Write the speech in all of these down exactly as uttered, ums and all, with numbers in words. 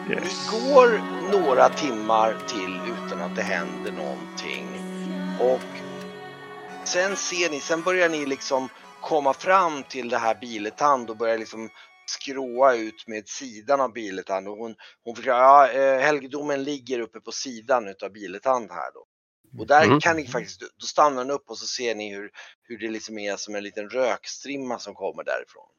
Yes. Det går några timmar till utan att det händer någonting. Och sen ser ni, sen börjar ni liksom komma fram till det här Biletand och börjar liksom skråa ut med sidan av Biletand. Och hon, hon förklarar, ja, helgedomen ligger uppe på sidan utav Biletand här då. Och där mm. kan ni faktiskt, då stannar den upp och så ser ni hur, hur det liksom är som en liten rökstrimma som kommer därifrån.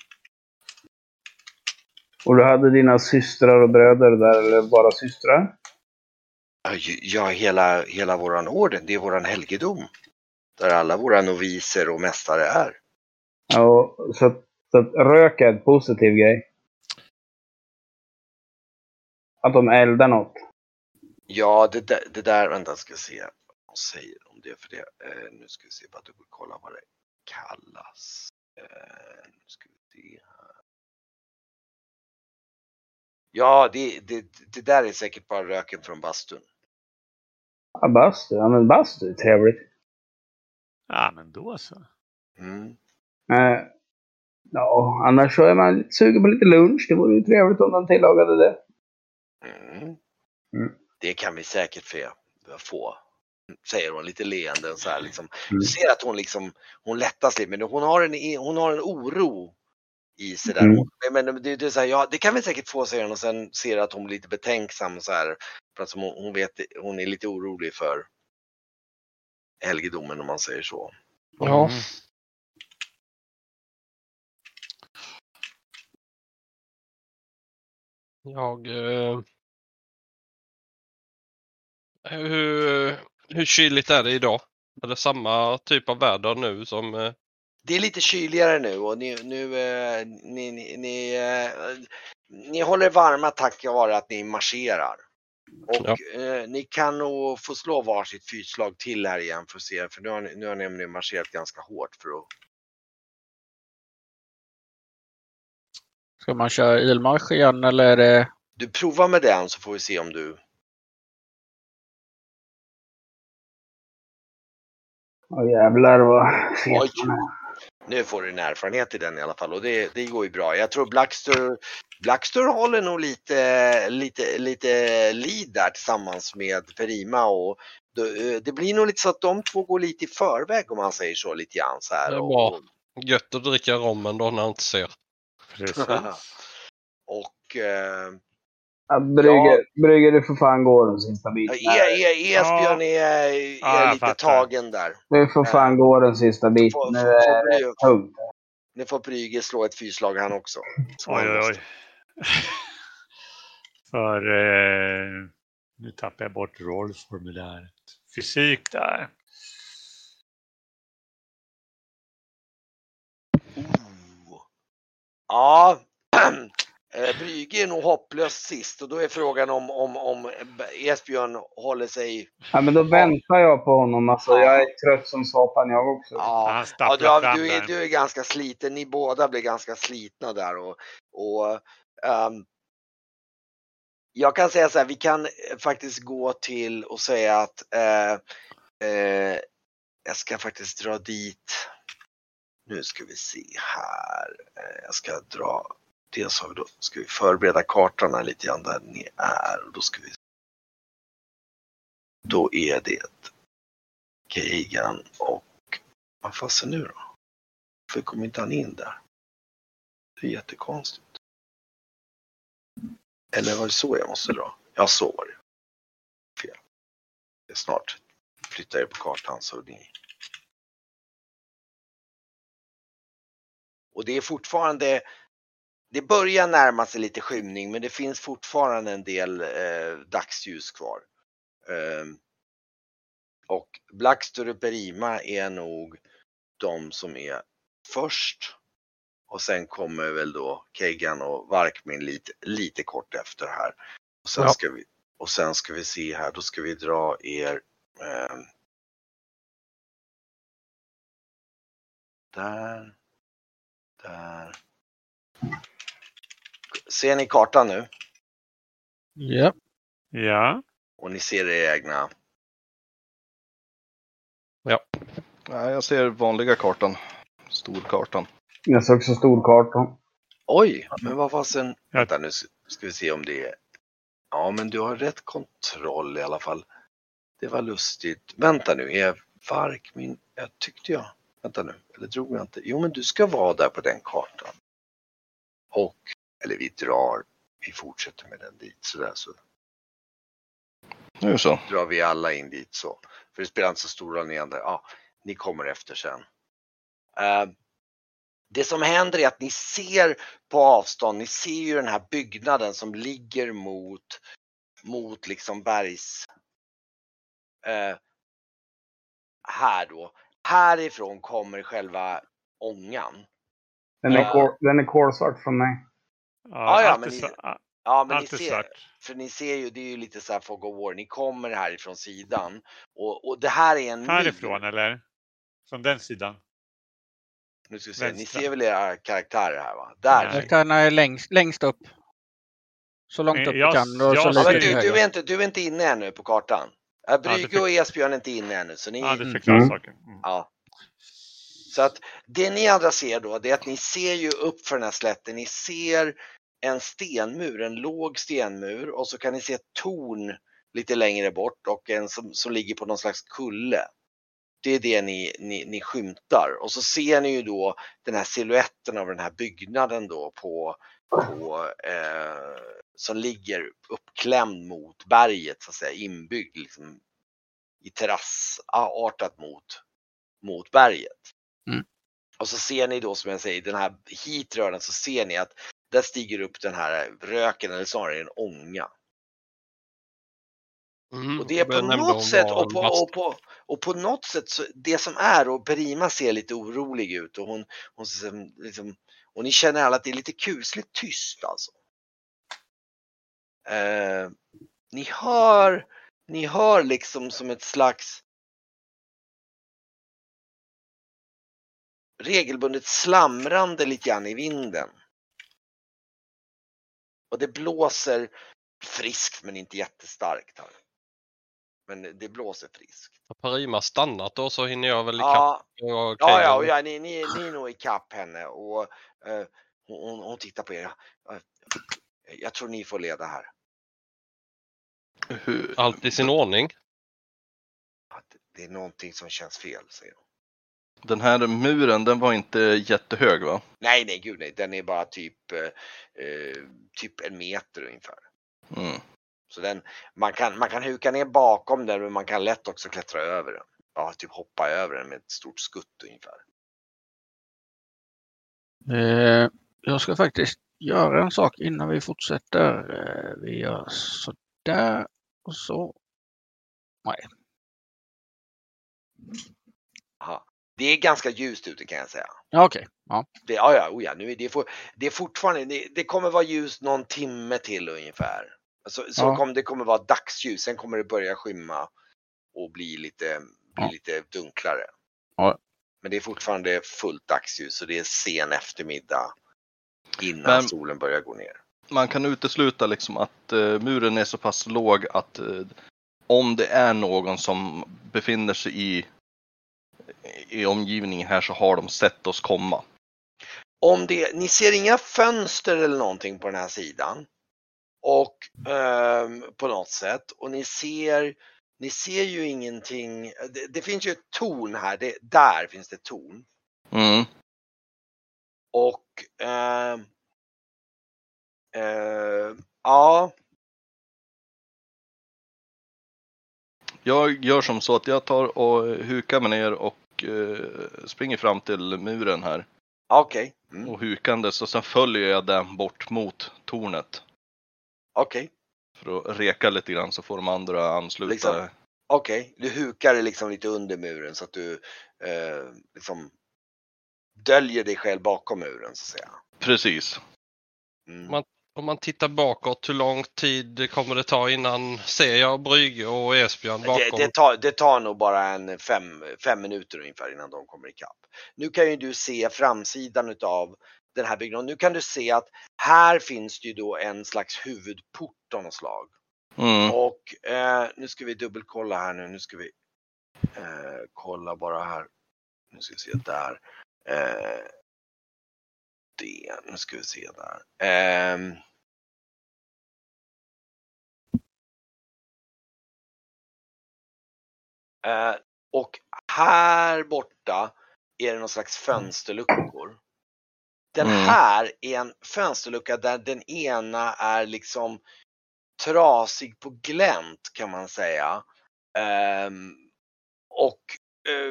Och du hade dina systrar och bröder där, eller bara systrar? Ja, hela, hela våran orden, det är våran helgedom. Där alla våra noviser och mästare är. Ja, så, så att rök är en positiv grej. Att de eldar något. Ja, det där, det där vänta, ska se vad säger om det för det. Eh, nu ska vi se, bara du kolla vad det kallas. Eh, nu ska vi se här. Ja, det, det, det där är säkert bara röken från bastun. Ja, bastu. Ja, men bastu är trevligt. Ja, men då så. Mm. Eh, ja, annars så är man lite sugen på lite lunch. Det vore ju trevligt om de tillagade det. Mm. Mm. Det kan vi säkert få, säger hon lite leende och så här liksom. Mm. Du ser att hon liksom, hon lättas lite, men hon har en, hon har en oro i sig där. Mm. Men det, det är så här, ja, det kan vi säkert få, säger hon, och sen ser att hon blir lite betänksam så här, för att hon, hon vet, hon är lite orolig för helgedomen, om man säger så. Ja. Mm. Jag eh, hur, hur kyligt är det idag? Är det samma typ av väder nu som eh... Det är lite kyligare nu och ni, nu, eh, ni, ni, ni, eh, ni håller varma tack vare att ni marscherar. Och ja. eh, ni kan nog få slå varsitt fyrslag till här igen för att se, för nu har ni, nu har ni nämligen marscherat ganska hårt för att... Ska man köra ilmarsch igen eller är det... Du provar med den så får vi se om du... Åh jävlar vad fet. Nu får du en erfarenhet i den i alla fall och det, det går ju bra. Jag tror Blackster, Blackster håller nog lite, lite, lite lead där tillsammans med Perima och det, det blir nog lite så att de två går lite i förväg om man säger så lite grann så här. Det är bra. Gött att dricka rommen då när han inte ser. Precis. och... Eh, Ja, Brygger, ja. Brygger det för fan går den sista biten. Ja, e, e, Esbjörn ja. är, är ja, lite fattar. tagen där. Det för fan går den sista biten. Får, nu är det tungt. Nu får Brygger slå ett fyrslag han också. Oj, oj, oj. För eh, nu tappar jag bort rollformuläret. Fysik där. Oh. Ja. Brygge är nog hopplöst sist och då är frågan om, om, om Esbjörn håller sig... Ja, men då väntar jag på honom. Alltså, jag är trött som satan jag också. Ja, ja du, har, du, är, du är ganska sliten. Ni båda blir ganska slitna där. Och, och um, jag kan säga så här, vi kan faktiskt gå till och säga att uh, uh, jag ska faktiskt dra dit... Nu ska vi se här. Uh, jag ska dra... Dels har vi då, ska vi förbereda kartorna lite grann där ni är och då ska vi då är det Keigan och vad fasen nu då? För kommer inte han in där? Det är jättekonstigt. Eller var det så jag måste dra? Ja, så var det. Fel. Jag snart flyttar jag på kartan så ni. Och det är fortfarande det börjar närma sig lite skymning men det finns fortfarande en del eh, dagsljus kvar. Eh, och Blackster och Perima är nog de som är först. Och sen kommer väl då Keigan och Varkmin lite, lite kort efter här. Och sen, ja. ska vi, och sen ska vi se här, då ska vi dra er... Eh, där. Där. Ser ni kartan nu? Ja. Ja. Och ni ser era egna? Ja. Ja, jag ser vanliga kartan. Storkartan. Jag ser också storkartan. Oj, men vad fasen... Vänta, nu ska vi se om det är Ja, men du har rätt kontroll i alla fall. Det var lustigt. Vänta nu, är Vark min... Jag tyckte jag... Vänta nu, eller drog jag inte? Jo, men du ska vara där på den kartan. Och, eller vi drar, vi fortsätter med den dit sådär så. Nu så. Drar vi alla in dit så. För det spelar inte så stor roll ni andra. Ja, ni kommer efter sen. Uh, det som händer är att ni ser på avstånd, ni ser ju den här byggnaden som ligger mot, mot liksom bergs... Uh, här då. Härifrån kommer själva ångan. Den är, Ja. kol, den är kolsvart från mig. Ja, ja, allt men är ni- svart. Ja, men ni Allt är ser, svart. för ni ser ju, det är ju lite så här Fog of War. Ni kommer härifrån sidan och, och det här är en Härifrån mur. eller? Från den sidan? Nu ska vi se, ni vänstra. ser väl era karaktärer här va? Där. Nej. Jag kan är längst, längst upp. Så långt upp Jag- du kan. Och jag så ser- Ja, men lite du, till du, höger. är inte, du är inte inne ännu på kartan. Äh, Brygge det och Esbjörn är inte inne ännu. Så ni, Ja, det ja. förklarar Mm. saken. Mm. Så att det ni andra ser då, det är att ni ser ju upp för den här slätten. Ni ser en stenmur, en låg stenmur och så kan ni se ett torn lite längre bort och en som, som ligger på någon slags kulle. Det är det ni, ni, ni skymtar och så ser ni ju då den här siluetten av den här byggnaden då på, på eh, som ligger uppklämd mot berget så att säga, inbyggd liksom i terrassartat mot, mot berget. Mm. Och så ser ni då som jag säger den här hitrören så ser ni att där stiger upp den här röken eller snarare en ånga. Mm, Och det är jag på nämnde något hon sätt var och på, mast- och, på, och på något sätt så det som är och Perima ser lite orolig ut och hon, hon liksom, och ni känner alla att det är lite kusligt tyst alltså. Eh, ni hör ni hör liksom som ett slags regelbundet slamrande lite grann i vinden. Och det blåser friskt men inte jättestarkt här. Men det blåser friskt. Har Perima stannat då så hinner jag väl ikapp. Ja, och ja, kriga. ja, och ja ni, ni, ni är nog ikapp henne och eh, hon, hon tittar på er. Eh, Jag tror ni får leda här. Hur, Allt i sin ordning. Att det är någonting som känns fel, säger hon. den här muren, den var inte jättehög va? Nej, nej, gud nej. Den är bara typ, eh, eh, typ en meter ungefär. Mm. Så den, man, kan, man kan huka ner bakom den men man kan lätt också klättra över den. Ja, typ hoppa över den med ett stort skutt ungefär. Eh, jag ska faktiskt göra en sak innan vi fortsätter. Eh, vi gör så där och så. Nej. Aha. Det är ganska ljust ute kan jag säga. Ja, okej. Ja. Det, ja, ja, oh ja, nu är det, for, det är fortfarande, det, det kommer vara ljus någon timme till ungefär. Så, så Ja. kommer det kommer vara dagsljus, sen kommer det börja skymma och bli lite, bli Ja. lite dunklare. Ja. Men det är fortfarande fullt dagsljus och det är sen eftermiddag innan Men- solen börjar gå ner. Man kan utesluta liksom att eh, muren är så pass låg att eh, om det är någon som befinner sig i, i omgivningen här så har de sett oss komma. Om det, ni ser inga fönster eller någonting på den här sidan. Och ehm, på något sätt. Och ni ser, ni ser ju ingenting. Det, det finns ju ett torn här. Det, där finns det ett torn. Mm. Och ehm, ehm, ja, Jag gör som så att jag tar och hukar mig ner och eh, springer fram till muren här. okej. Mm, Och hukandes och sen följer jag den bort mot tornet. okej. För att reka lite grann så får de andra ansluta. Liksom. Okej, du hukar liksom lite under muren så att du eh, liksom döljer dig själv bakom muren så att säga. Precis. Mm. Man- Om man tittar bakåt, hur lång tid kommer det ta innan ser jag Brygge och Esbjörn bakom? Det, det, tar, det tar nog bara en fem, fem minuter ungefär innan de kommer ikapp. Nu kan ju du se framsidan utav den här byggnaden. Nu kan du se att här finns det ju då en slags huvudport av något slag. Mm. Och eh, nu ska vi dubbelkolla här nu. Nu ska vi eh, kolla bara här. Nu ska vi se där. Eh, det, nu ska vi se där. Eh, Eh, och här borta är det någon slags fönsterluckor. Den Mm. här är en fönsterlucka där den ena är liksom trasig på glänt kan man säga. Um, och uh,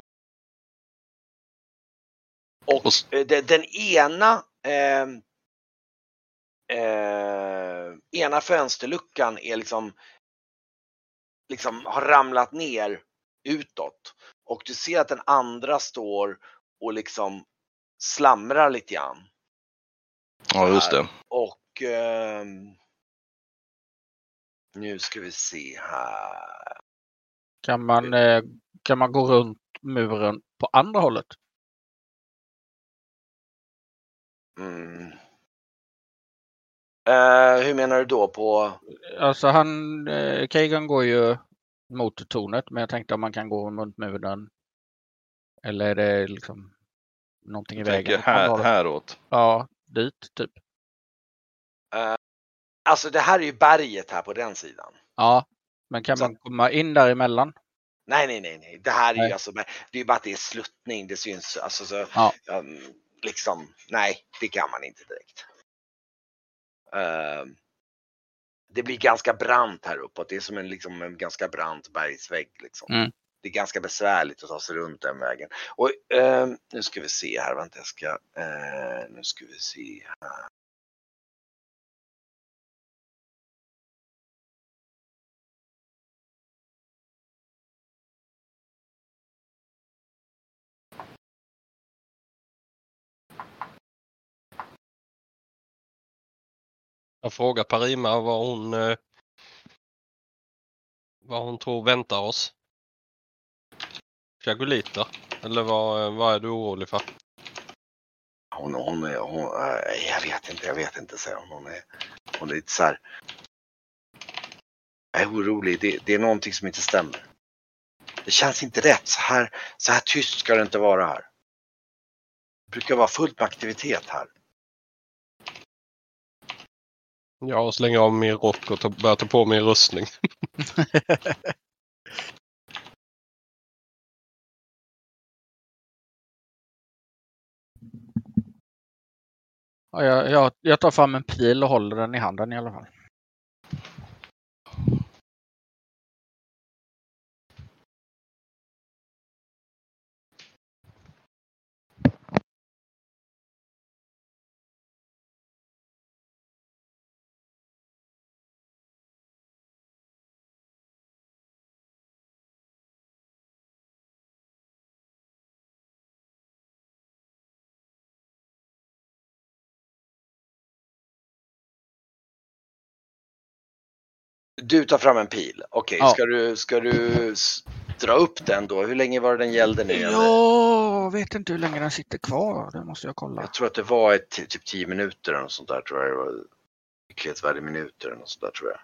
och uh, de, den ena uh, uh, ena fönsterluckan är liksom liksom har ramlat ner utåt. Och du ser att den andra står och liksom slamrar lite grann. Ja, just det. Och eh, nu ska vi se här. Kan man, eh, kan man gå runt muren på andra hållet? Mm. Eh, hur menar du då på? Alltså han, eh, Kagan går ju mot tornet, men jag tänkte om man kan gå runt muren. Eller är det liksom någonting i Jag vägen? tänker här, häråt. Ja, dit typ. Eh, alltså det här är ju berget här på den sidan. Ja, men kan Så. man komma in däremellan? Nej, nej, nej, nej. Det här är Nej. ju alltså, det är ju bara att det är sluttning. Det syns alltså så. Ja. Um, liksom, nej, det kan man inte direkt. Uh, det blir ganska brant här uppåt. Det är som en, liksom, en ganska brant bergsvägg. Liksom. Mm. Det är ganska besvärligt att ta sig runt den vägen. Och uh, nu ska vi se här. Vänta, jag ska, uh, nu ska vi se här. Jag frågar Parima vad hon eh, vad hon tror väntar oss. Chagolita? Eller vad, vad är du orolig för? Hon, hon är, hon, äh, jag vet inte, jag vet inte, säger hon. Hon är, hon är lite så här. Jag är orolig, det, det är någonting som inte stämmer. Det känns inte rätt, så här, så här tyst ska det inte vara här. Det brukar vara fullt med aktivitet här. Jag slänger av min rock och ta, börjar ta på min rustning. Ja, jag, jag, jag tar fram en pil och håller den i handen i alla fall. Du tar fram en pil. Okej, Ja. ska du, ska du s- dra upp den då? Hur länge var det den gällde nu? eller? Jag vet inte hur länge den sitter kvar. Det måste jag kolla. Jag tror att det var ett, typ tio minuter eller något sånt där, tror jag. Det var skicklighetsvärde minuter eller något sånt där, tror jag.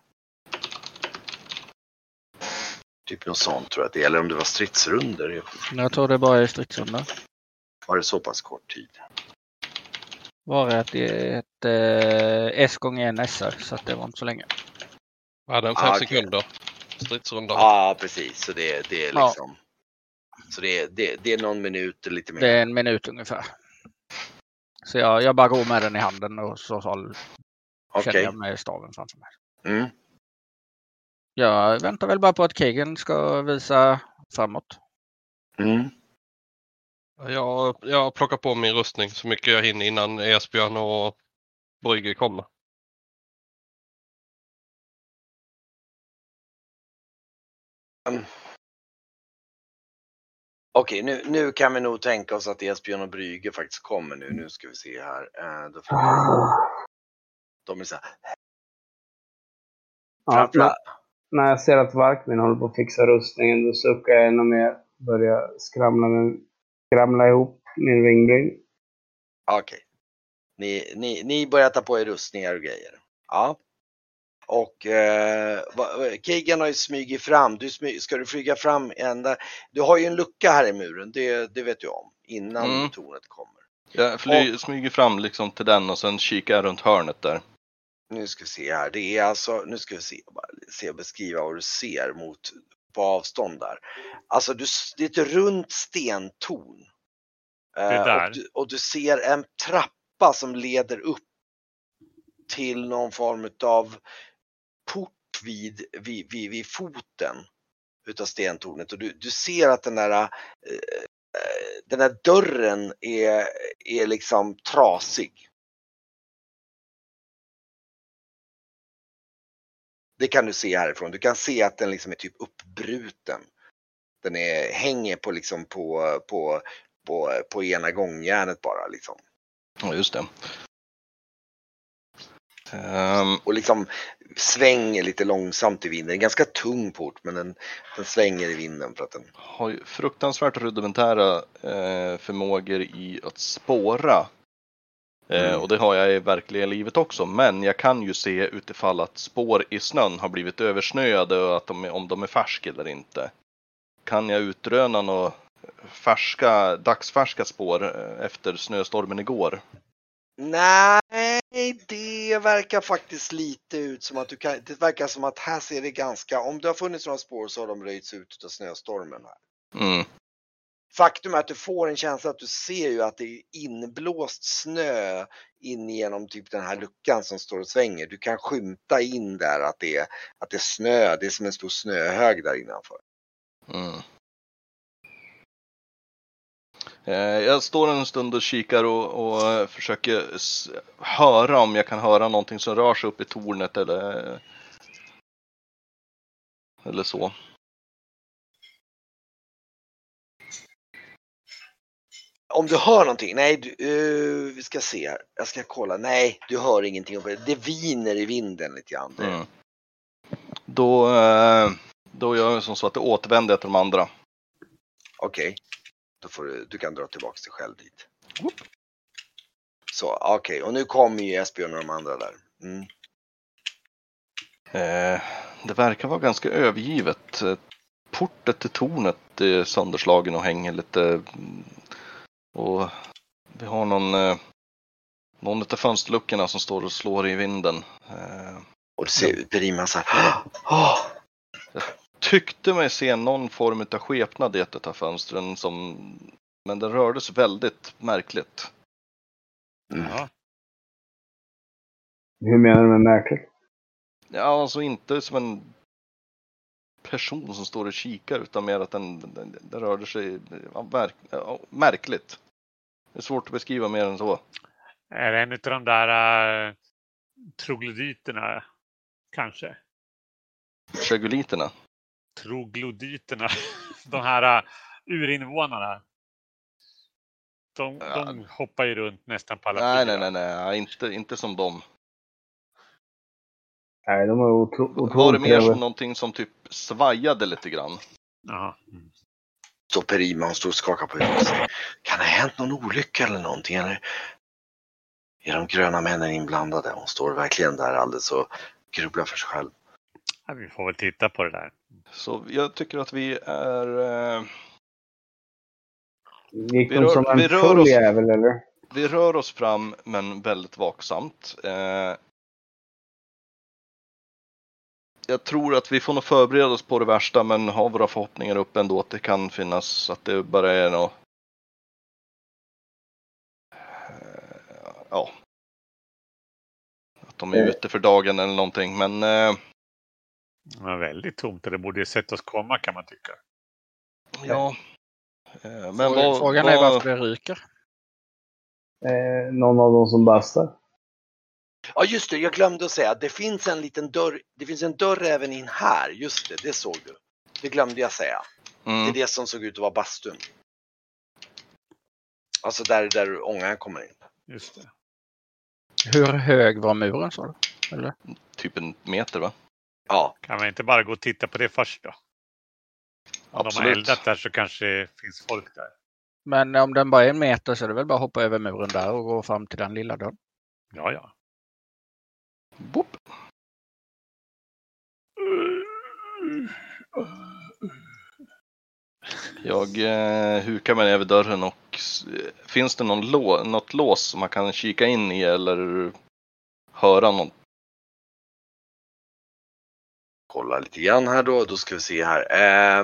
Typ något sånt tror jag att det är. Eller om det var stridsrunder. Jag tror det bara är stridsrundor. Var det så pass kort tid? Var det ett, ett eh, S gånger en S R, så att det var inte så länge. Ja, den fem Ah, okej. sekunder. Stridsrunda. Ja, precis. Så det, det är Ja. liksom... Så det är, det, det är någon minut eller lite mer. Det är en minut ungefär. Så jag, jag bara går med den i handen och så, så Okej. känner jag med staven framför mig. Mm. Jag väntar väl bara på att Kagan ska visa framåt. Mm. Jag, jag plockar på min rustning så mycket jag hinner innan Esbjörn och Brygge kommer. Mm. Okej, nu, nu kan vi nog tänka oss att Esbjörn och Brygge faktiskt kommer nu. Nu ska vi se här. Eh, då får de, de är så här. Ja, Framför när, allt- när jag ser att Varkmin håller på att fixa rustningen, då suckar jag ännu mer. Börjar skramla, med, skramla ihop min ringbryn. Okej. Ni, ni, ni börjar ta på er rustningar och grejer. Ja. Och eh, va- Kagan har ju smugit fram. Du smy, ska du flyga fram ända? Du har ju en lucka här i muren. Det, det vet du om. Innan Mm. tornet kommer. Jag fly, smyger fram liksom till den och sen kikar jag runt hörnet där. Nu ska vi se här. Det är alltså, nu ska vi se, bara se och beskriva vad du ser mot på avstånd där. Alltså du, det är ett runt stentorn. Det Eh, där. och, du, och du ser en trappa som leder upp till någon form av port vid, vid, vid, vid foten utav stentornet. Och du, du ser att den där, eh, den där dörren är, är liksom trasig. Det kan du se härifrån. Du kan se att den liksom är typ uppbruten. Den är, hänger på liksom på, på, på, på ena gångjärnet bara liksom. Ja, just det. Um, Och liksom svänger lite långsamt i vinden. En ganska tung port, men den, den svänger i vinden för att den har ju fruktansvärt rudimentära eh, förmågor i att spåra. Eh, Mm. och det har jag i verkliga livet också. Men jag kan ju se utifall att spår i snön har blivit översnöade och att de, om de är färska eller inte. Kan jag utröna några färska, dagsfärska spår eh, efter snöstormen igår? Nej, det verkar faktiskt lite ut som att du kan, det verkar som att här ser det ganska, om det har funnits några spår så har de röjts ut av snöstormen här. Mm. Faktum är att du får en känsla att du ser ju att det är inblåst snö in genom typ den här luckan som står och svänger. Du kan skymta in där att det är, att det är snö, det är som en stor snöhög där innanför. Mm. Jag står en stund och kikar och, och försöker s- höra om jag kan höra någonting som rör sig upp i tornet eller, eller så. Om du hör någonting, nej du, uh, vi ska se här, jag ska kolla, nej du hör ingenting, det viner i vinden lite grann. Mm. Då, eh, då gör jag som så att det återvänder till de andra. Okej, då får du, du kan dra tillbaka dig själv dit. Så, okej, och nu kommer ju Esbjörn och de andra där. Mm. Eh, det verkar vara ganska övergivet. Portet till tornet är sönderslagen och hänger lite. Och vi har någon, eh, någon av fönsterluckorna som står och slår i vinden. Eh, Och du ser Berima så här. Oh! tyckte mig se någon form av skepnad i ett av fönstren som, men den rördes väldigt märkligt. Mm. Ja. Hur menar du med märkligt? Ja, alltså inte som en person som står och kikar utan mer att den, den, den rörde sig ja, märk, ja, märkligt. Det är svårt att beskriva mer än så. Är det en av de där uh, troglodyterna kanske? Chagoliterna. Troglodyterna. De här uh, urinvånarna. De, Ja. de hoppar ju runt nästan på alla Nej, nej, fyra. nej, nej, inte, inte som dem. Nej, de är otro, otroligt Var det mer som trevliga. någonting som typ svajade lite grann? Jaha. Mm. Så Berima, hon står och skakar på huvudet och säger, kan det ha hänt någon olycka eller någonting? Eller är de gröna männen inblandade? Hon står verkligen där alldeles och grubblar för sig själv. Ja, vi får väl titta på det där. Så jag tycker att vi är... Eh, Gick Vi de rör- som en vi rör full oss- jävel eller? vi rör oss fram men väldigt vaksamt. Eh, jag tror att vi får nog förbereda oss på det värsta men ha våra förhoppningar upp ändå att det kan finnas, att det bara är något... Eh, ja. Att de är Eh. ute för dagen eller någonting, men... Eh, Det var väldigt tomt. Det borde ju sett oss komma kan man tycka. ja. Eh, men Frågan, vad, frågan vad, är varför det ryker. Eh, någon av dem som bastar? Ja just det, jag glömde att säga, det finns en liten dörr, det finns en dörr även in här, just det, det såg du. Det glömde jag säga. Det Mm. är det som såg ut att vara bastun. Alltså där, där ångan kommer in. Just det. Hur hög var muren sa du? Eller? Typ en meter, va? Ja, Kan man inte bara gå och titta på det först då? Om de har Absolut. eldat där så kanske det finns folk där. Men om den bara är en meter så är det väl bara att hoppa över muren där och gå fram till den lilla dörren. Ja, ja. Boop. Jag eh, hukar mig över dörren och s- finns det någon lå, något lås som man kan kika in i eller höra något? kolla lite grann här då. Då ska vi se här. Eh,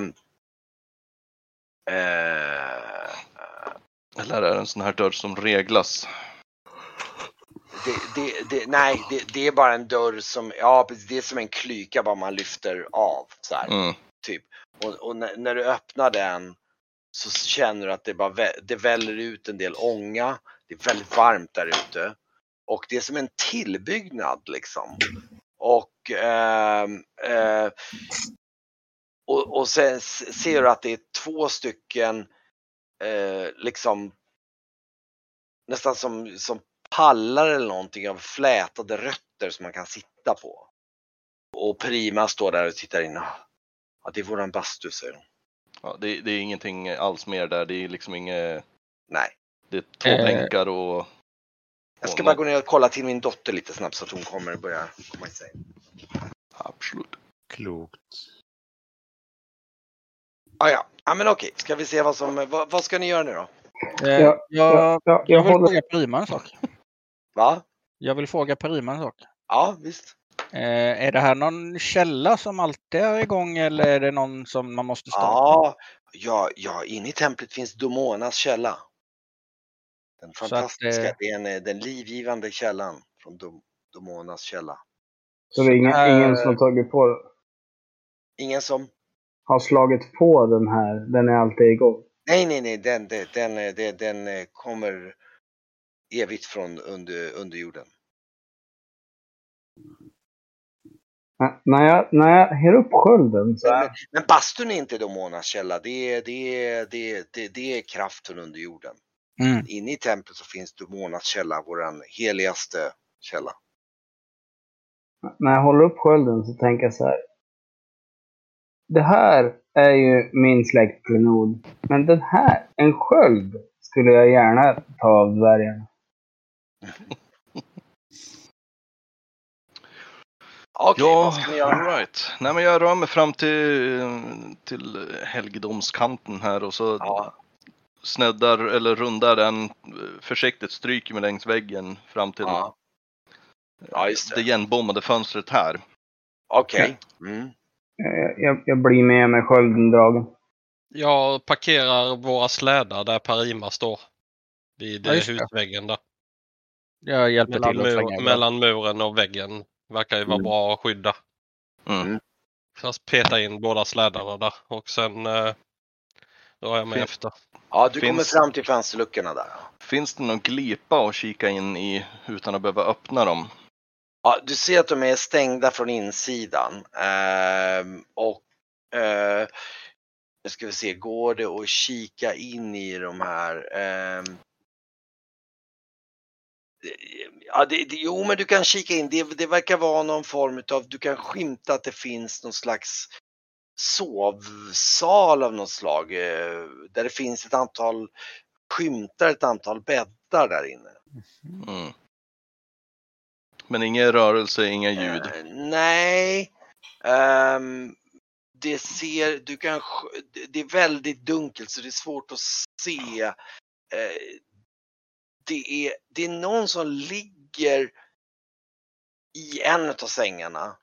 eh, Eller är det en sån här dörr som reglas? det, det, det, nej, det, det är bara en dörr som, ja, det är som en klyka bara man lyfter av så här, Mm. typ. Och, och när, när du öppnar den så känner du att det bara vä- det väller ut en del ånga. Det är väldigt varmt där ute. Och det är som en tillbyggnad liksom. Och, eh, eh, och, och sen ser du att det är två stycken eh, liksom nästan som, som pallar eller någonting av flätade rötter som man kan sitta på. Och Prima står där och tittar in. Ja, det är våran bastu, säger hon. Ja, det, det är ingenting alls mer där. Det är liksom inget... Nej. Det är två Eh. bänkar och... Jag ska bara gå ner och kolla till min dotter lite snabbt så att hon kommer börja komma i sig. Absolut. Klokt. Ah, ja, ja, men okej. Ska vi se vad som... Vad, vad ska ni göra nu då? Eh, Ja, jag, ja, ja, jag jag vill håller... fråga Prima en sak. Va? Jag vill fråga Prima en sak. Ja, visst. Eh, är det här någon källa som alltid är igång eller är det någon som man måste starta? Ja, ja, ja, inne i templet finns Domonas källa. Den Så att, fantastiska, eh, det är en, den livgivande källan från Dom, Domonas källa. Så det är ingen, här- ingen som har tagit på den. Ingen som... Har slagit på den här. Den är alltid igång. Nej, nej, nej, den, den, den, den, den kommer evigt från under, under jorden. N- När jag, när jag här upp skölden så Men, här. men, men bastun är inte Domonas källa, det är, det, är, det, är, det, det är kraften under jorden. Mm. Inne i templet så finns Domonas källa, våran heligaste källa. När jag håller upp skölden så tänker jag så här. Det här är ju min släktklenod. Men den här, en sköld, skulle jag gärna ta av dvärgen. Okej, Ja, vad ska ni göra? all right. Nej, men jag rör mig fram till, till helgedomskanten här och så Ja. sneddar eller rundar den försiktigt, stryker mig längs väggen fram till Ja. Ja, just det det. igenbommade fönstret här. Okej. Mm. Jag, jag, jag blir med med skölden dragen. Jag parkerar våra slädar där Parima står. Vid Ja, just ja, det. husväggen där. Jag hjälper Mellan, till att mur, slänga över. mellan muren och väggen. Verkar ju vara Mm. bra att skydda. Mm. Först peta in båda slädarna där och sen eh, drar jag mig Fin- efter. Ja, du Finns- kommer fram till fönsterluckorna där. Finns det någon glipa att kika in i utan att behöva öppna dem? Ja, du ser att de är stängda från insidan. Ehm, och eh, nu ska vi se, går det att kika in i de här? Ehm, ja, det, det, jo, men du kan kika in. Det, det verkar vara någon form av, du kan skymta att det finns någon slags sovsal av något slag. Eh, där det finns ett antal, skymtar ett antal bäddar där inne. Mm. Men ingen rörelse, inga ljud. Eh, nej. Ehm, det ser, du kan, det är väldigt dunkelt så det är svårt att se. Eh, det är, det är någon som ligger i en av sängarna.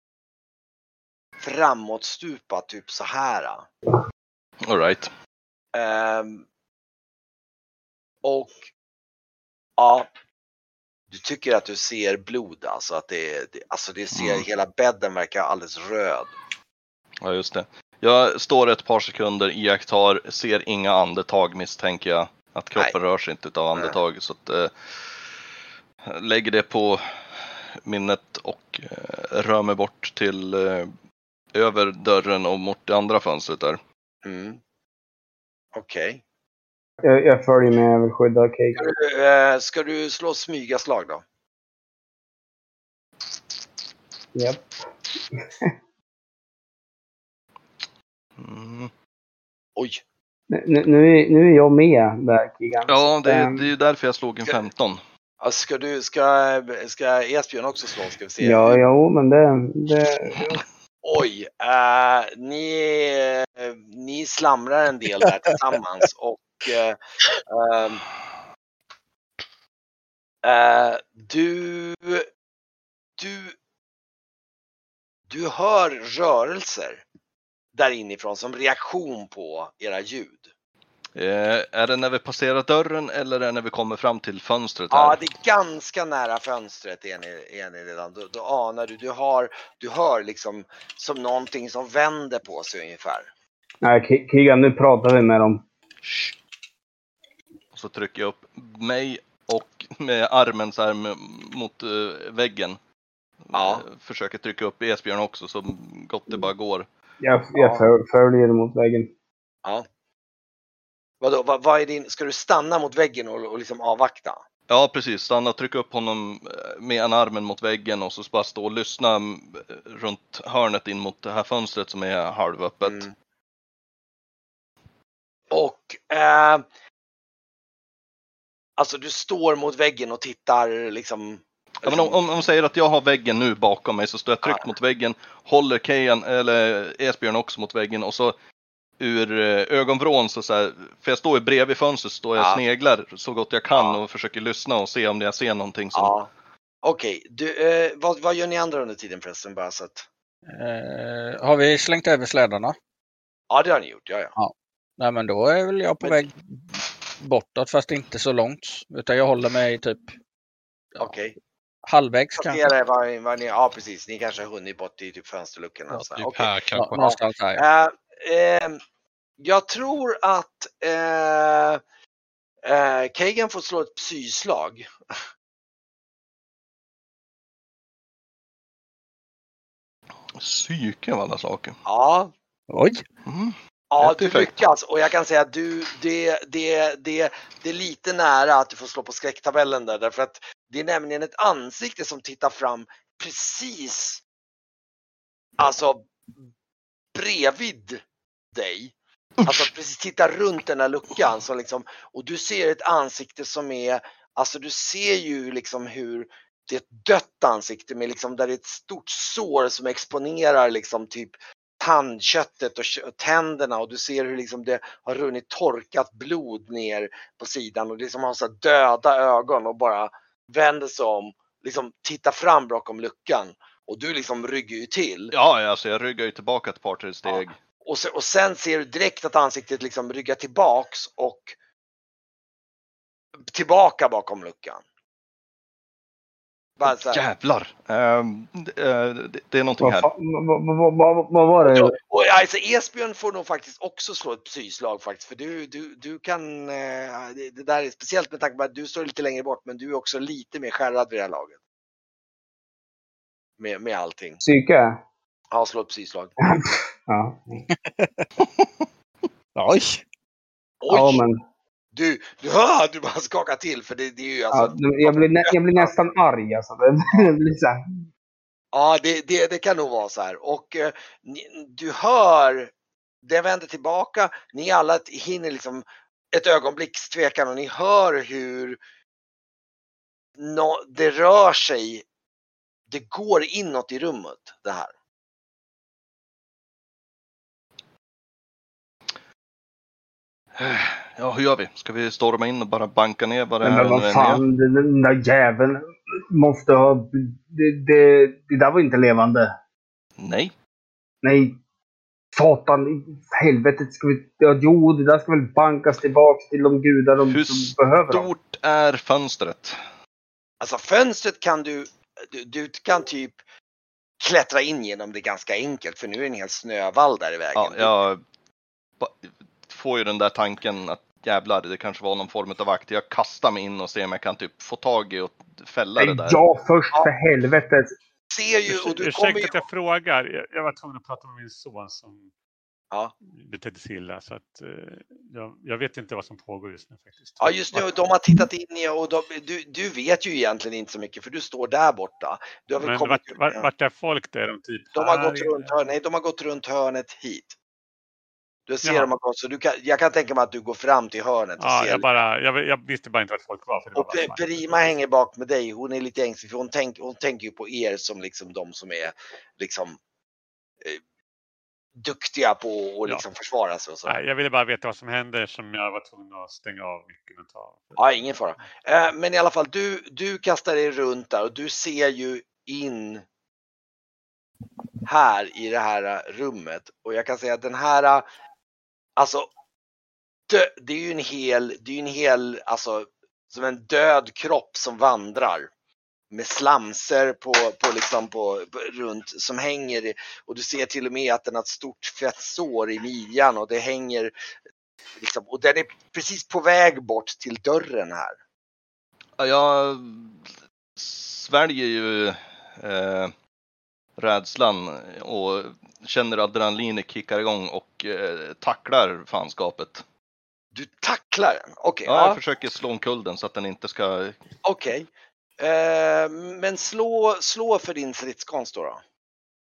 Framåtstupa, typ så här. All right. Ehm, och ja, du tycker att du ser blod, alltså att det, det alltså det ser, Mm. hela bädden verkar alldeles röd. Ja, just det. Jag står ett par sekunder, iakttar, ser inga andetag misstänker jag. Att kroppen rör sig inte utav andetag. Så att, eh, lägger det på minnet och eh, rör mig bort till eh, över dörren och mot det andra fönstret där. Mm. Okej. Jag, jag följer med, jag vill skydda Cake. Ska du, eh, ska du slå smyga slag då? Japp. Mm. Oj. Nu, nu, nu är- nu är jag med där, Kigan. Ja, det, Ehm, det är ju därför jag slog en femton. Alltså, ska du, ska, ska Esbjörn också slå? Ska vi se. Ja, jo, men det... det Oj, eh, ni, eh, ni slamrar en del där tillsammans och eh, ehm, eh, du, du, du hör rörelser där inifrån som reaktion på era ljud. Eh, är det när vi passerar dörren eller är det när vi kommer fram till fönstret här? Ja, det är ganska nära fönstret är ni, är ni redan. Då, då anar du, du, har, du hör liksom som någonting som vänder på sig ungefär. Nej, K- Keegan, nu pratar vi med dem. Shh. Och så trycker jag upp mig och med armen så här med, mot uh, väggen. Ja. Uh, försöker trycka upp Esbjörn också så gott det bara går. Jag, jag Ja. föl- följer mot väggen. Ja. Vadå, vad, vad är din, ska du stanna mot väggen och, och liksom avvakta? Ja, precis. Stanna, trycka upp honom med en armen mot väggen och så bara stå och lyssna runt hörnet in mot det här fönstret som är halvöppet. Mm. Och eh, alltså du står mot väggen och tittar liksom. Ja, men om, om man säger att jag har väggen nu bakom mig så står jag tryckt Ja. mot väggen, håller Kejan eller Esbjörn också mot väggen och så ur ögonvrån så, så här, för jag står ju bredvid fönstret, står jag och Ja. sneglar så gott jag kan Ja. och försöker lyssna och se om jag ser någonting som... Ja. Okej, du, eh, vad, vad gör ni andra under tiden förresten? Bara så att... Eh, har vi slängt över slädarna? Ja, det har ni gjort, ja, ja. Nej, men då är väl jag på Men- väg bortåt, fast inte så långt. Utan jag håller mig typ ja, Okej. halvvägs kanske. Passerar vad, vad ni, ja, precis. Ni kanske har hunnit bort i typ fönsterluckorna. Ja, och så. typ Okej. här Ja, kanske. någonstans här. Ja. Eh, eh, jag tror att eh, eh, Kegan får slå ett psyslag. Psyke av alla saker. Ja, Oj! Mm. ja Ett du effekt. lyckas. Och jag kan säga att du, det, det, det, det är lite nära att du får slå på skräcktabellen där. Därför att det är nämligen ett ansikte som tittar fram precis alltså bredvid dig. Alltså precis titta runt den här luckan så liksom, och du ser ett ansikte som är, alltså du ser ju liksom hur det är ett dött ansikte med liksom där det är ett stort sår som exponerar liksom typ tandköttet och kö- tänderna och du ser hur liksom det har runnit torkat blod ner på sidan och det som har så här döda ögon och bara vänder sig om, liksom tittar fram bakom luckan och du liksom ryggar ju till. Ja, alltså jag ryggar ju tillbaka ett par tre steg. Och sen, och sen ser du direkt att ansiktet liksom ryggar tillbaks och tillbaka bakom luckan. Bara så här. Jävlar! Ehm, det, eh, det, det är någonting Vad, här. fan, vad, vad, vad, vad var det? Och alltså Esbjörn får nog faktiskt också slå ett psyslag faktiskt. För du, du, du kan, eh, det, det där är speciellt med tanke på att du står lite längre bort men du är också lite mer skärrad vid det här laget. Med, med allting. Psyke? Ja, slå ett psyslag. Ja. Oj! Oj! Ja, men Du, du, hör, du bara skakar till för det, det är ju alltså. ja, jag, blir nä, jag blir nästan arg alltså. Det, det blir så här. Ja, det, det, det kan nog vara så här. Och eh, ni, du hör, det vänder tillbaka, ni alla hinner liksom ett ögonblicks tvekan och ni hör hur no, det rör sig, det går inåt i rummet det här. Ja, hur gör vi? Ska vi storma in och bara banka ner vad det Men här vad nu än är? fan, den, den där jäveln måste ha... Det, det, det där var inte levande. Nej. Nej. Satan, i helvetet ska vi... Ja, jo, det där ska väl bankas tillbaks till de gudar de Hur som behöver dem. stort är fönstret? Alltså fönstret kan du, du, du kan typ klättra in genom det ganska enkelt för nu är det en hel snövall där i vägen. Ja, jag ba- får ju den där tanken att jävlar, det kanske var någon form av akt. Jag kastar mig in och ser om jag kan typ få tag i och fälla det Nej, där. ja, först för helvetet. Ser ju och du Ursäkta kommer ju... att jag frågar. Jag, jag var tvungen att prata med min son som Ja. betedde sig illa. Så att, eh, jag, jag vet inte vad som pågår just nu faktiskt. Ja, just nu, de har tittat in i och de, du, du vet ju egentligen inte så mycket för du står där borta. Du har väl Men kommit, vart, vart, vart är folk där? De, typ de har här gått inne? runt hörnet, nej, de har gått runt hörnet hit. Du ser Jaha. dem har gått, så du kan, jag kan tänka mig att du går fram till hörnet och Ja, ser. jag, bara, jag, jag visste bara inte vart folk var. För det var Och bara svart. Perima hänger bak med dig, hon är lite ängslig för hon, tänk, hon tänker ju på er som liksom de som är liksom eh, duktiga på att Ja. liksom försvara sig och så. Nej, jag ville bara veta vad som hände som jag var tvungen att stänga av mycket och ta. Ja, ingen fara. Eh, men i alla fall, du, du kastar dig runt där och du ser ju in här i det här rummet. Och jag kan säga att den här, alltså dö, det är ju en hel, det är ju en hel, alltså som en död kropp som vandrar. Med slamser på, på liksom på, på runt som hänger i, och du ser till och med att den har ett stort fettsår i midjan och det hänger liksom, och den är precis på väg bort till dörren här. Ja, jag sväljer ju eh, rädslan och känner adrenalinet kickar igång och eh, tacklar fanskapet. Du tacklar den? Okej. Okay, ja, jag ja. försöker slå omkull den så att den inte ska... Okej. Okay. Eh, men slå, slå för din stridskonst då. då.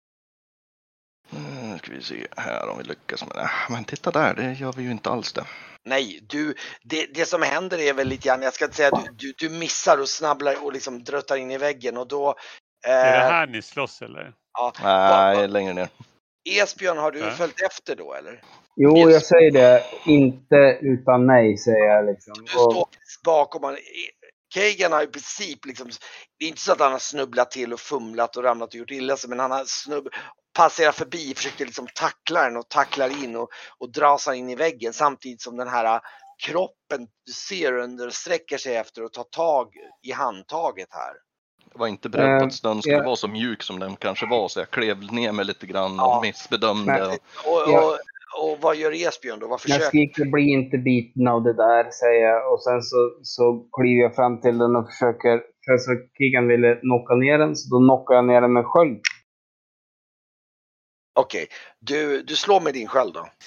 Nu ska vi se här om vi lyckas med det. Men titta där, det gör vi ju inte alls det. Nej, du, det, det som händer är väl lite grann, jag ska inte säga du, du, du missar och snabblar och liksom dröttar in i väggen och då... Eh, är det här ni slåss eller? Ja, Nej, va, va, längre ner. Esbjörn, har du ja. följt efter då eller? Jo, Esbjörn. Jag säger det. Inte utan nej, säger jag liksom. Du står bakom honom. Kagan har i princip liksom, det är inte så att han har snubblat till och fumlat och ramlat och gjort illa sig, men han har snubb, passerat förbi, försöker liksom tackla den och tacklar in och, och drar sig in i väggen samtidigt som den här kroppen du ser under sträcker sig efter och tar tag i handtaget här. Jag var inte beredd på Uh, att snön skulle yeah. vara så mjuk som den kanske var, så jag klev ner mig lite grann och ja. missbedömde. Men, och, och, yeah. och, och vad gör Esbjörn då? Vad försöker? Jag skriker, bli inte biten av det där, säger jag. Och sen så, så kliver jag fram till den och försöker, för så Keegan ville knocka ner den, så då knockar jag ner den med sköld. Okej, okay. du, du slår med din sköld då.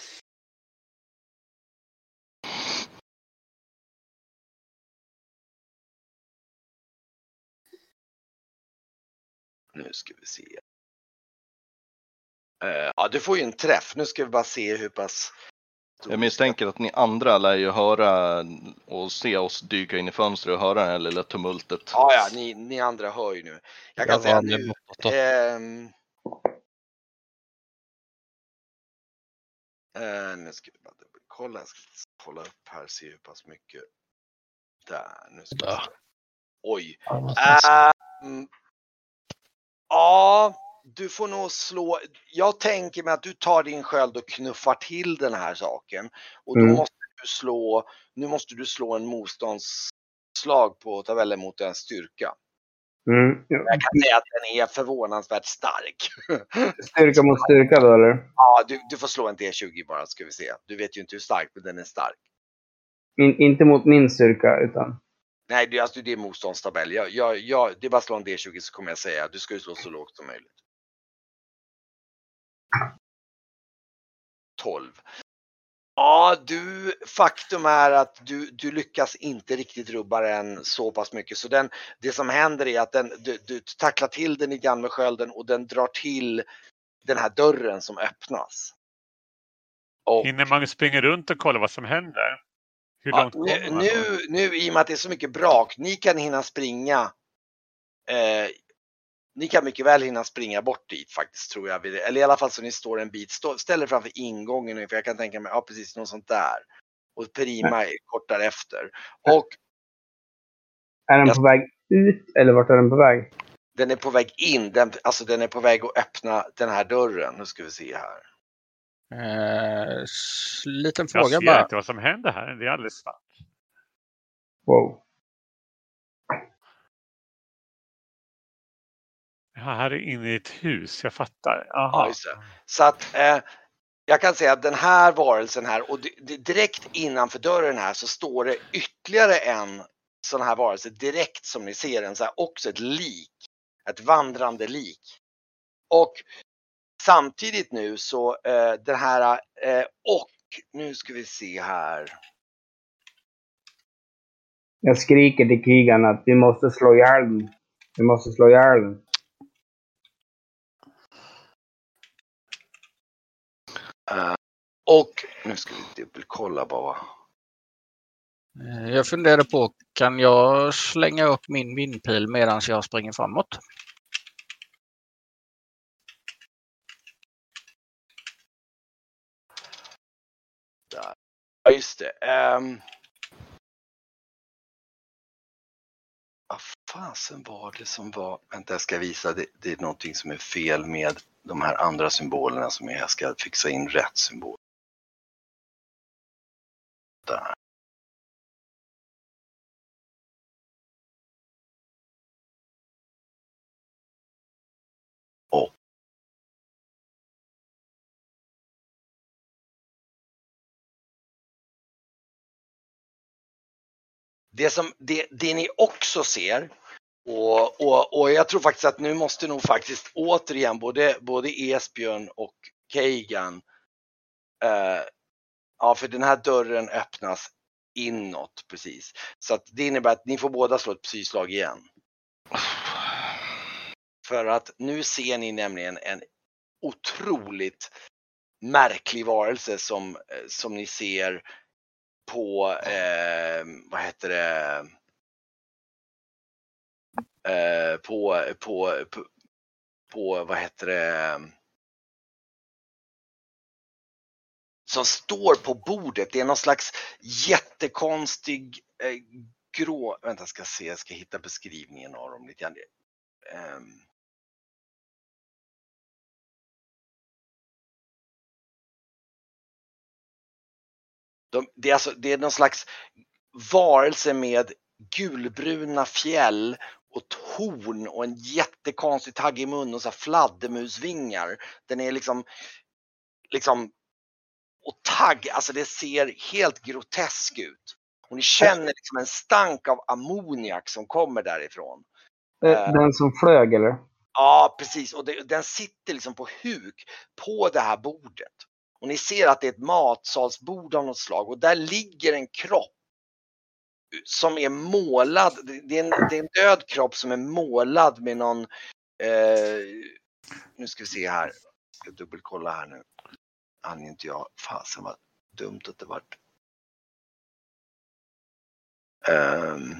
Nu ska vi se. Uh, ja, du får ju en träff. Nu ska vi bara se hur pass... Jag misstänker att ni andra lär ju höra och se oss dyka in i fönstret och höra det här lilla tumultet. Ja, ja, ni, ni andra hör ju nu. Jag kan Jag säga var nu... borta. Ehm, uh, nu ska vi bara kolla. Jag ska kolla upp här och se hur pass mycket... Där, nu ska vi se. Oj. Uh, ja... Du får nog slå, jag tänker mig att du tar din sköld och knuffar till den här saken. Och då mm. måste du slå, nu måste du slå en motståndsslag på tabellen mot en styrka. Mm. Ja. Jag kan säga att den är förvånansvärt stark. Styrka mot styrka då eller? Ja, du, du får slå en D tjugo bara, ska vi se. Du vet ju inte hur stark, men den är stark. In, inte mot min styrka utan? Nej, det, alltså, det är motståndstabell. Jag, jag, jag, det är bara att slå en D tjugo så kommer jag säga. Du ska ju slå så lågt som möjligt. tolv. Ja, du, faktum är att du, du lyckas inte riktigt rubba den så pass mycket. Så den, det som händer är att den, du, du tacklar till den i grann med skölden och den drar till den här dörren som öppnas. Och, hinner man springa runt och kolla vad som händer? Hur ja, långt kommer man? Nu, nu, i och med att det är så mycket brak, ni kan hinna springa eh, Ni kan mycket väl hinna springa bort dit faktiskt, tror jag. Eller i alla fall så ni står en bit. Stå, ställer framför ingången, för jag kan tänka mig, ja precis, något sånt där. Och Prima är kort därefter. Och... Är den på väg ut eller vart är den på väg? Den är på väg in. Den, alltså den är på väg att öppna den här dörren. Nu ska vi se här. Eh, liten jag fråga ser bara. inte vad som händer här. Det är alldeles svart. Wow. Ja, här är inne i ett hus, jag fattar. Aha. Ja, just det. Så att eh, jag kan säga att den här varelsen här, och d- d- direkt innanför dörren här så står det ytterligare en sån här varelse direkt som ni ser den, så här, också ett lik, ett vandrande lik. Och samtidigt nu så eh, den här, eh, och nu ska vi se här. Jag skriker till krigarna att vi måste slå ihjäl den. Vi måste slå ihjäl den. Uh, och nu ska vi dubbelkolla bara. Jag funderar på, kan jag slänga upp min vindpil medan jag springer framåt? Där. Ja, just det. Um, Vad fasen var det som var... Vänta, jag ska visa. Det, det är någonting som är fel med de här andra symbolerna som jag ska fixa in rätt symbol. Där. Och. Det, som, det, det ni också ser, och, och, och jag tror faktiskt att nu måste nog faktiskt återigen både, både Esbjörn och Keigan, eh, ja, för den här dörren öppnas inåt precis. Så att det innebär att ni får båda slå ett psyslag igen. För att nu ser ni nämligen en otroligt märklig varelse som, som ni ser på, eh, vad heter det, eh, på, på, på, på, vad heter det, som står på bordet. Det är någon slags jättekonstig eh, grå, vänta ska se, jag ska hitta beskrivningen av dem lite grann. Eh, De, det, är alltså, det är någon slags varelse med gulbruna fjäll och torn och en jättekonstig tagg i mun och så fladdermusvingar. Den är liksom, liksom och tagg, alltså det ser helt grotesk ut. Och ni känner liksom en stank av ammoniak som kommer därifrån. Den som flög eller? Ja, precis. Och det, den sitter liksom på huk på det här bordet. Och ni ser att det är ett matsalsbord av något slag. Och där ligger en kropp som är målad. Det är en, det är en död kropp som är målad med någon... Eh, nu ska vi se här. Jag ska dubbelkolla här nu. Han inte jag. Fasen vad dumt att det vart. Um,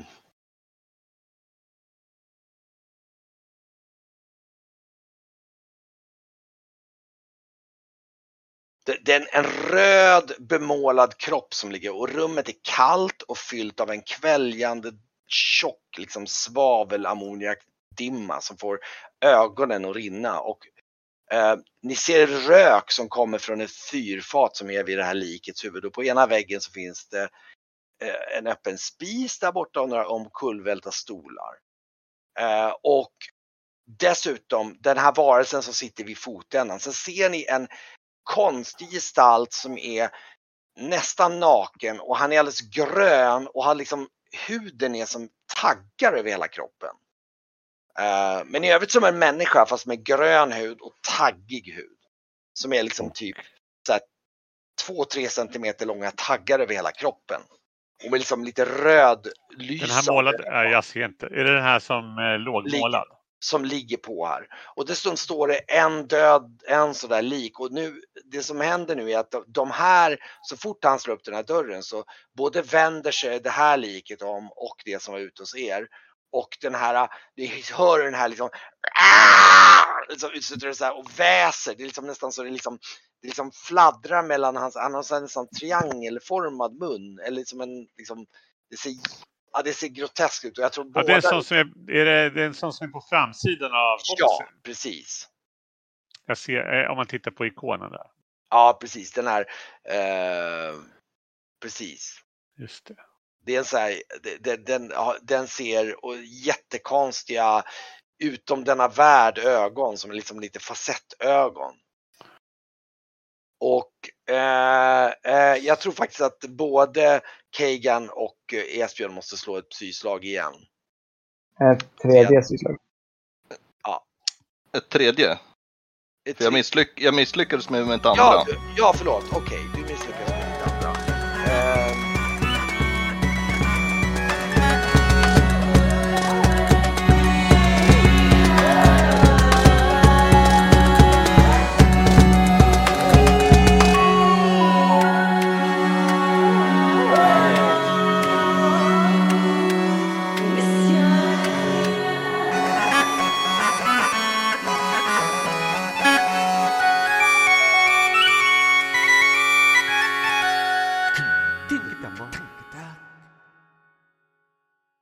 Det är en röd bemålad kropp som ligger och rummet är kallt och fyllt av en kväljande tjock liksom svavelammoniakdimma som får ögonen att rinna och eh, ni ser rök som kommer från ett fyrfat som är vid det här likets huvud och på ena väggen så finns det eh, en öppen spis där borta och några omkullvälta stolar. Eh, och dessutom den här varelsen som sitter vid fotändan, så ser ni en konstig gestalt som är nästan naken och han är alldeles grön och har liksom huden är som taggar över hela kroppen. Uh, men i övrigt som en människa fast med grön hud och taggig hud. Som är liksom typ så här, två tre centimeter långa taggar över hela kroppen. Och med liksom lite röd lysande. Den här målad, äh, jag ser inte. Är det den här som är lågmålad? Som ligger på här. Och dessutom står det en död, en sådär lik. Och nu, det som händer nu är att de här, så fort han slår upp den här dörren så både vänder sig det här liket om och det som var ute hos er. Och den här, ni hör den här liksom, liksom utsätter så här och väser. Det är liksom nästan så det liksom, det liksom fladdrar mellan hans, han har en nästan triangelformad mun. Eller liksom en, liksom, det ser Ja, det ser groteskt ut. Och jag tror ja, båda... det är, en sån som är, är det, det är en sån som är på framsidan av boxen. Ja, precis. Jag ser, om man tittar på ikonen där. Ja, precis. Den här... Eh, precis. Just det. Det är en så här... Den, den, den ser och jättekonstiga utom denna värld ögon som är liksom lite facettögon. Och eh, eh, jag tror faktiskt att både Keigan och Esbjörn måste slå ett psyslag igen. Ett tredje psyslag. Ja. Ett tredje? Ett För jag, misslyck- jag misslyckades med mitt andra. Ja, ja förlåt. Okej, okay, du misslyckades.